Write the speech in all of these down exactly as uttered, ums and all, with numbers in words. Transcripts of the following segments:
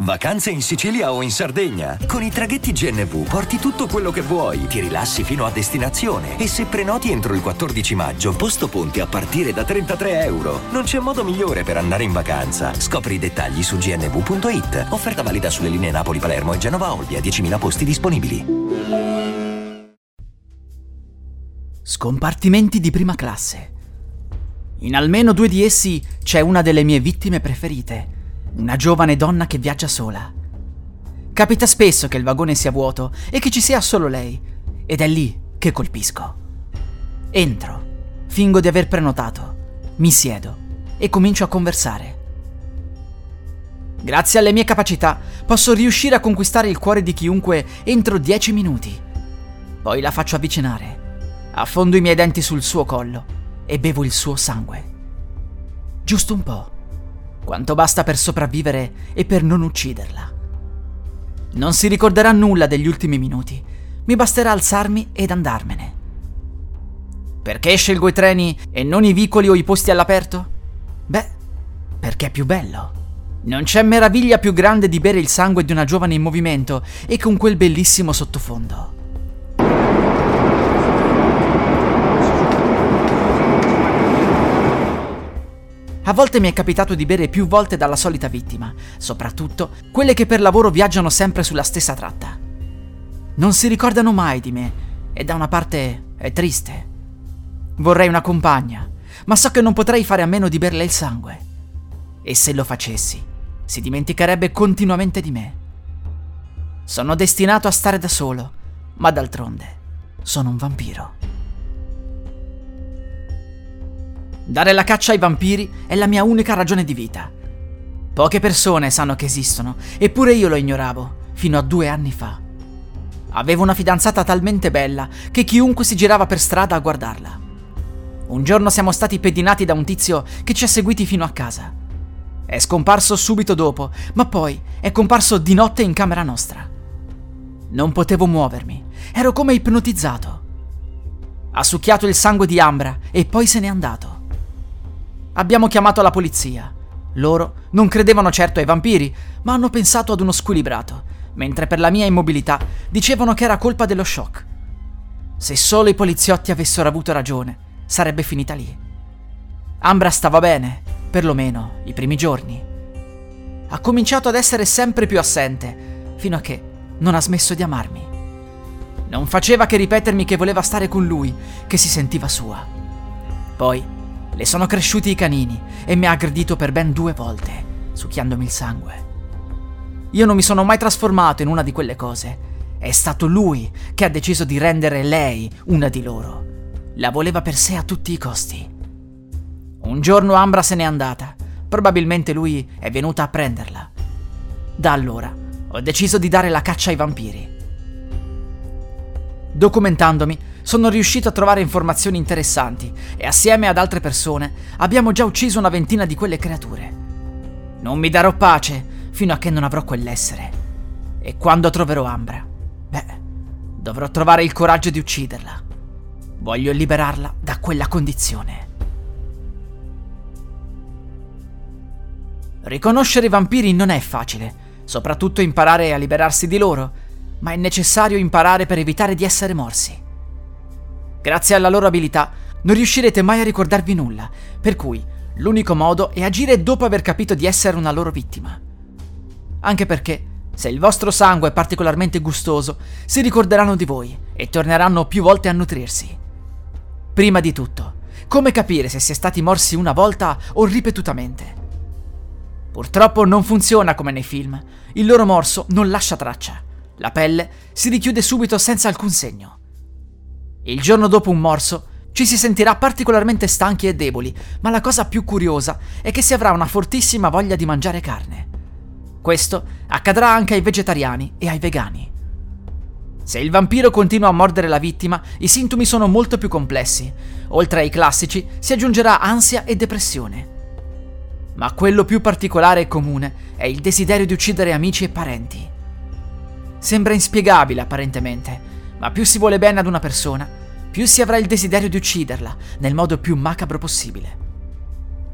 Vacanze in Sicilia o in Sardegna? Con i traghetti G N V porti tutto quello che vuoi, ti rilassi fino a destinazione e se prenoti entro il quattordici maggio, posto ponti a partire da trentatré euro. Non c'è modo migliore per andare in vacanza. Scopri i dettagli su g n v punto i t. Offerta valida sulle linee Napoli-Palermo e Genova-Olbia, diecimila posti disponibili. Scompartimenti di prima classe. In almeno due di essi c'è una delle mie vittime preferite. Una giovane donna che viaggia sola. Capita spesso che il vagone sia vuoto e che ci sia solo lei, ed è lì che colpisco. Entro, fingo di aver prenotato, mi siedo e comincio a conversare. Grazie alle mie capacità posso riuscire a conquistare il cuore di chiunque entro dieci minuti. Poi la faccio avvicinare, affondo i miei denti sul suo collo e bevo il suo sangue. Giusto un po'. Quanto basta per sopravvivere e per non ucciderla. Non si ricorderà nulla degli ultimi minuti. Mi basterà alzarmi ed andarmene. Perché scelgo i treni e non i vicoli o i posti all'aperto? Beh, perché è più bello. Non c'è meraviglia più grande di bere il sangue di una giovane in movimento e con quel bellissimo sottofondo. A volte mi è capitato di bere più volte dalla solita vittima, soprattutto quelle che per lavoro viaggiano sempre sulla stessa tratta. Non si ricordano mai di me e da una parte è triste. Vorrei una compagna, ma so che non potrei fare a meno di berle il sangue. E se lo facessi, si dimenticherebbe continuamente di me. Sono destinato a stare da solo, ma d'altronde sono un vampiro. Dare la caccia ai vampiri è la mia unica ragione di vita. Poche persone sanno che esistono, eppure io lo ignoravo, fino a due anni fa. Avevo una fidanzata talmente bella che chiunque si girava per strada a guardarla. Un giorno siamo stati pedinati da un tizio che ci ha seguiti fino a casa. È scomparso subito dopo, ma poi è comparso di notte in camera nostra. Non potevo muovermi, ero come ipnotizzato. Ha succhiato il sangue di Ambra e poi se n'è andato. Abbiamo chiamato la polizia. Loro non credevano certo ai vampiri, ma hanno pensato ad uno squilibrato, mentre per la mia immobilità dicevano che era colpa dello shock. Se solo i poliziotti avessero avuto ragione, sarebbe finita lì. Ambra stava bene, perlomeno i primi giorni. Ha cominciato ad essere sempre più assente, fino a che non ha smesso di amarmi. Non faceva che ripetermi che voleva stare con lui, che si sentiva sua. Poi le sono cresciuti i canini e mi ha aggredito per ben due volte, succhiandomi il sangue. Io non mi sono mai trasformato in una di quelle cose. È stato lui che ha deciso di rendere lei una di loro. La voleva per sé a tutti i costi. Un giorno Ambra se n'è andata. Probabilmente lui è venuto a prenderla. Da allora ho deciso di dare la caccia ai vampiri. Documentandomi, sono riuscito a trovare informazioni interessanti e assieme ad altre persone abbiamo già ucciso una ventina di quelle creature. Non mi darò pace fino a che non avrò quell'essere. E quando troverò Ambra, beh, dovrò trovare il coraggio di ucciderla. Voglio liberarla da quella condizione. Riconoscere i vampiri non è facile, soprattutto imparare a liberarsi di loro, ma è necessario imparare per evitare di essere morsi. Grazie alla loro abilità non riuscirete mai a ricordarvi nulla, per cui l'unico modo è agire dopo aver capito di essere una loro vittima. Anche perché, se il vostro sangue è particolarmente gustoso, si ricorderanno di voi e torneranno più volte a nutrirsi. Prima di tutto, come capire se si è stati morsi una volta o ripetutamente? Purtroppo non funziona come nei film. Il loro morso non lascia traccia. La pelle si richiude subito senza alcun segno. Il giorno dopo un morso ci si sentirà particolarmente stanchi e deboli, ma la cosa più curiosa è che si avrà una fortissima voglia di mangiare carne. Questo accadrà anche ai vegetariani e ai vegani. Se il vampiro continua a mordere la vittima, i sintomi sono molto più complessi. Oltre ai classici si aggiungerà ansia e depressione. Ma quello più particolare e comune è il desiderio di uccidere amici e parenti. Sembra inspiegabile apparentemente, ma più si vuole bene ad una persona, più si avrà il desiderio di ucciderla nel modo più macabro possibile.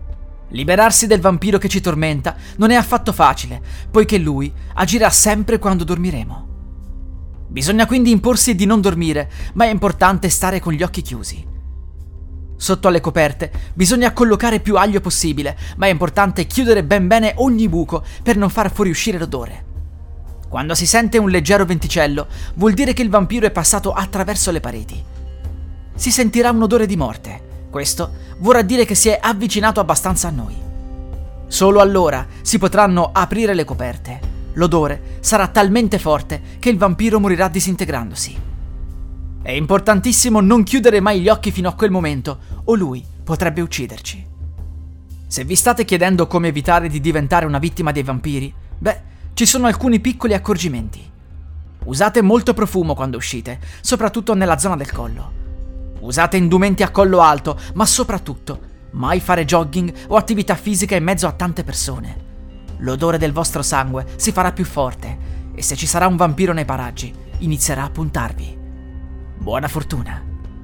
Liberarsi del vampiro che ci tormenta non è affatto facile, poiché lui agirà sempre quando dormiremo. Bisogna quindi imporsi di non dormire, ma è importante stare con gli occhi chiusi. Sotto alle coperte bisogna collocare più aglio possibile, ma è importante chiudere ben bene ogni buco per non far fuoriuscire l'odore. Quando si sente un leggero venticello, vuol dire che il vampiro è passato attraverso le pareti. Si sentirà un odore di morte. Questo vorrà dire che si è avvicinato abbastanza a noi. Solo allora si potranno aprire le coperte. L'odore sarà talmente forte che il vampiro morirà disintegrandosi. È importantissimo non chiudere mai gli occhi fino a quel momento, o lui potrebbe ucciderci. Se vi state chiedendo come evitare di diventare una vittima dei vampiri, beh, ci sono alcuni piccoli accorgimenti. Usate molto profumo quando uscite, soprattutto nella zona del collo. Usate indumenti a collo alto, ma soprattutto mai fare jogging o attività fisica in mezzo a tante persone. L'odore del vostro sangue si farà più forte e se ci sarà un vampiro nei paraggi, inizierà a puntarvi. Buona fortuna!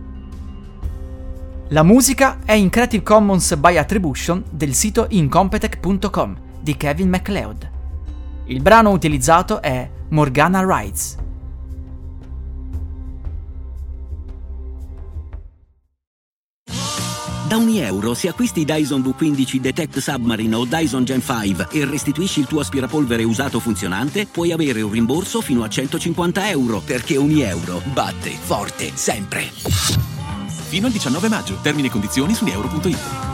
La musica è in Creative Commons by Attribution del sito incompetech punto com di Kevin MacLeod. Il brano utilizzato è Morgana Rides. Da ogni euro, se acquisti Dyson V quindici Detect Submarine o Dyson Gen cinque e restituisci il tuo aspirapolvere usato funzionante, puoi avere un rimborso fino a centocinquanta euro, perché ogni euro batte forte sempre. Fino al diciannove maggio. Termini e condizioni su euro punto it.